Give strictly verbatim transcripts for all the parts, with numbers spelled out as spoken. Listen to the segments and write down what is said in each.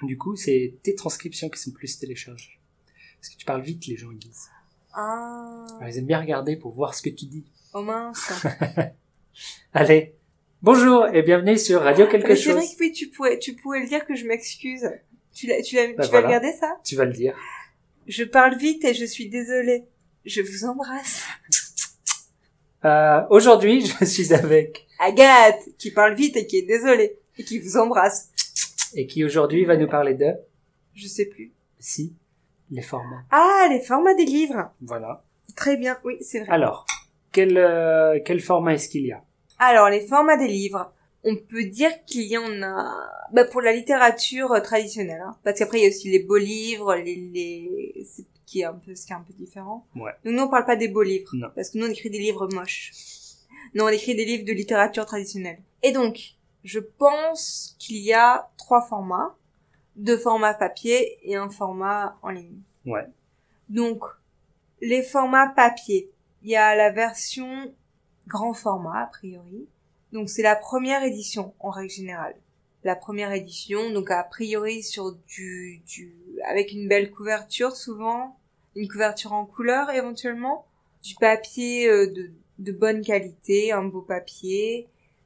Du coup, c'est tes transcriptions qui sont plus téléchargées. Parce que tu parles vite, les gens ils disent. Ah. Alors, ils aiment bien regarder pour voir ce que tu dis. Oh mince. Allez, bonjour et bienvenue sur Radio Quelque Mais chose. c'est vrai que oui, tu pourrais, tu pourrais le dire que je m'excuse. Tu l'as, tu l'as, Bah tu voilà. vas regarder ça? Tu vas le dire. Je parle vite et je suis désolée. Je vous embrasse. Euh, aujourd'hui, je suis avec... Agathe, qui parle vite et qui est désolée. Et qui vous embrasse. Et qui aujourd'hui va nous parler de... Je sais plus. Si, les formats. Ah, les formats des livres. Voilà. Très bien, oui, c'est vrai. Alors, quel, euh, quel format est-ce qu'il y a? Alors, les formats des livres. On peut dire qu'il y en a, bah, pour la littérature euh, traditionnelle, hein. Parce qu'après, il y a aussi les beaux livres, les, les, c'est qui est un peu, ce qui est un peu différent. Ouais. Donc, nous, on parle pas des beaux livres. Non. Parce que nous, on écrit des livres moches. Nous, on écrit des livres de littérature traditionnelle. Et donc, je pense qu'il y a trois formats. Deux formats papier et un format en ligne. Ouais. Donc, les formats papier. Il y a la version grand format, a priori. Donc, c'est la première édition, en règle générale. La première édition, donc a priori sur du, du, avec une belle couverture souvent, une couverture en couleur éventuellement, du papier euh, de, de bonne qualité, un beau papier,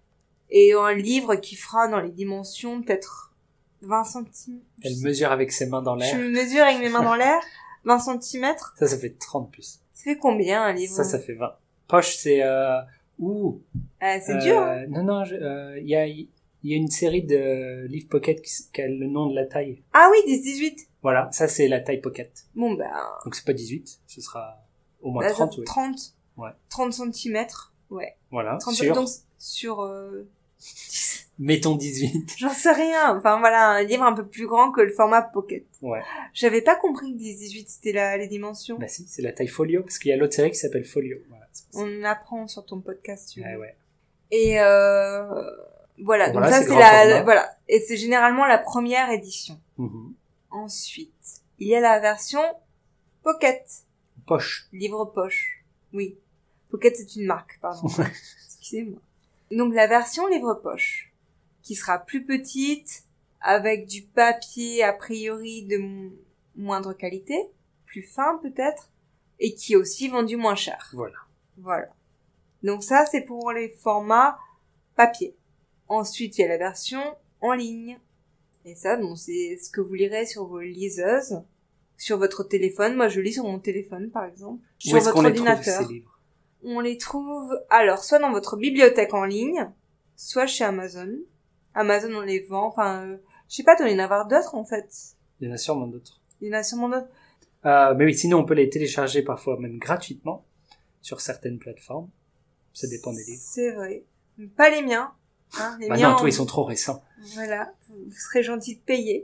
et un livre qui fera dans les dimensions peut-être vingt centimètres. Elle mesure avec ses mains dans l'air. Je mesure avec mes mains dans l'air, vingt centimètres. Ça, ça fait trente plus. Ça fait combien un livre? Ça, ça fait vingt. Poche, c'est... Euh... Ouh. euh, C'est euh, dur, hein. Non, non, il euh, y a... Il y a une série de livres pocket qui, qui a le nom de la taille. Ah oui, dix dix-huit. Voilà, ça c'est la taille pocket. Bon, ben... Donc c'est pas dix-huit, ce sera au moins bah, trente, oui. trente. Ouais. trente centimètres. Ouais. Voilà, trente sur... Donc, sur... Euh... Mettons dix-huit. J'en sais rien. Enfin, voilà, un livre un peu plus grand que le format pocket. Ouais. J'avais pas compris que dix dix-huit, c'était la, les dimensions. Bah si, c'est la taille folio, parce qu'il y a l'autre série qui s'appelle Folio. Voilà, On apprend sur ton podcast, tu vois. ouais, ouais. Et euh... Voilà, donc voilà, ça c'est, c'est la, format. la... Voilà. Et c'est généralement la première édition. Mm-hmm. Ensuite, il y a la version pocket. Poche. Livre poche. Oui. Pocket, c'est une marque, pardon. Excusez-moi. Donc, la version livre poche, qui sera plus petite, avec du papier, a priori, de mo- moindre qualité, plus fin, peut-être, et qui est aussi vendu moins cher. Voilà. Voilà. Donc, ça, c'est pour les formats papier. Ensuite, il y a la version en ligne. Et ça, bon, c'est ce que vous lirez sur vos liseuses, sur votre téléphone. Moi, je lis sur mon téléphone, par exemple. Où sur est-ce votre qu'on ordinateur. les trouve, ces livres? On les trouve, alors, soit dans votre bibliothèque en ligne, soit chez Amazon. Amazon, on les vend, enfin, euh, je sais pas, doit y en avoir d'autres, en fait. Il y en a sûrement d'autres. Il y en a sûrement d'autres. Euh, mais oui, sinon on peut les télécharger parfois même gratuitement sur certaines plateformes. Ça dépend des livres. C'est vrai. Pas les miens. Hein, les Bah miens, non, toi, on- ils sont trop récents. Voilà. Vous serez gentil de payer.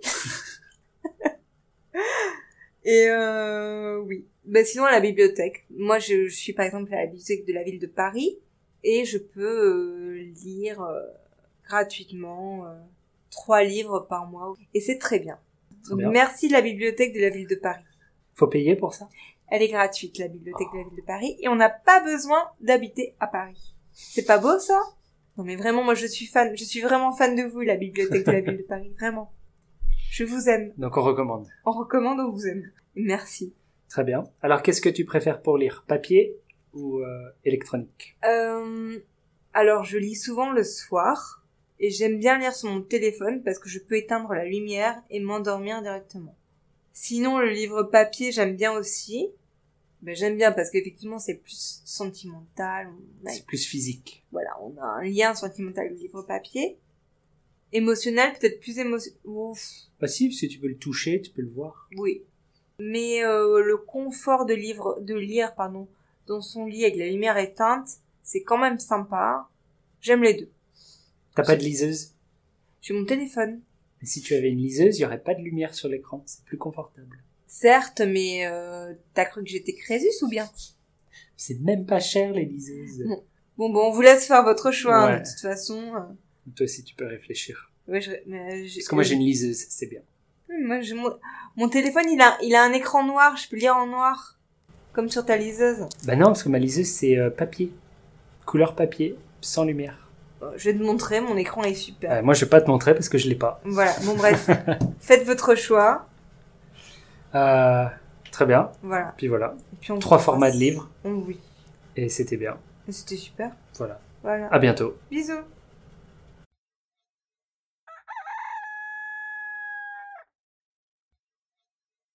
Et euh, oui. Ben sinon à la bibliothèque. Moi je, je suis par exemple à la bibliothèque de la ville de Paris et je peux euh, lire euh, gratuitement euh, trois livres par mois et c'est très bien. Très Donc bien. merci de la bibliothèque de la ville de Paris. Faut payer pour ça? Elle est gratuite la bibliothèque de la ville de Paris et on n'a pas besoin d'habiter à Paris. C'est pas beau ça? Non mais vraiment moi je suis fan, je suis vraiment fan de vous la bibliothèque de la ville de Paris, vraiment. Je vous aime. Donc on recommande. On recommande, on vous aime. Merci. Très bien. Alors qu'est-ce que tu préfères pour lire? Papier ou euh, électronique? Euh, alors, je lis souvent le soir et j'aime bien lire sur mon téléphone parce que je peux éteindre la lumière et m'endormir directement. Sinon, le livre papier, j'aime bien aussi. Ben, j'aime bien parce qu'effectivement, c'est plus sentimental. On a, C'est plus physique. voilà, on a un lien sentimental avec le livre papier. Émotionnel, peut-être plus émotionnel. Bah si, parce que tu peux le toucher, tu peux le voir. Oui. Mais euh, le confort de, livre, de lire pardon, dans son lit avec la lumière éteinte, c'est quand même sympa. J'aime les deux. T'as pas de liseuse? J'ai mon téléphone. Mais si tu avais une liseuse, il y aurait pas de lumière sur l'écran. C'est plus confortable. Certes, mais euh, t'as cru que j'étais Crésus ou bien? C'est même pas cher, les liseuses. Bon, bon, bon, on vous laisse faire votre choix, Ouais. hein, de toute façon. Euh... Toi aussi, tu peux réfléchir. Ouais, je... mais j'ai- Parce que moi, j'ai une liseuse, c'est bien. Oui, moi, j'ai mon... mon téléphone, il a, il a un écran noir, je peux lire en noir. Comme sur ta liseuse. Bah non, parce que ma liseuse, c'est euh, papier. Couleur papier, sans lumière. Je vais te montrer, mon écran est super. Euh, moi, je vais pas te montrer parce que je l'ai pas. Voilà, bon bref, faites votre choix. Euh, très bien. Voilà. Puis voilà. Et puis on Trois vous formats embrasse. de livres Oh, oui, et c'était bien. c'était super. Voilà. Voilà. À bientôt. Bisous.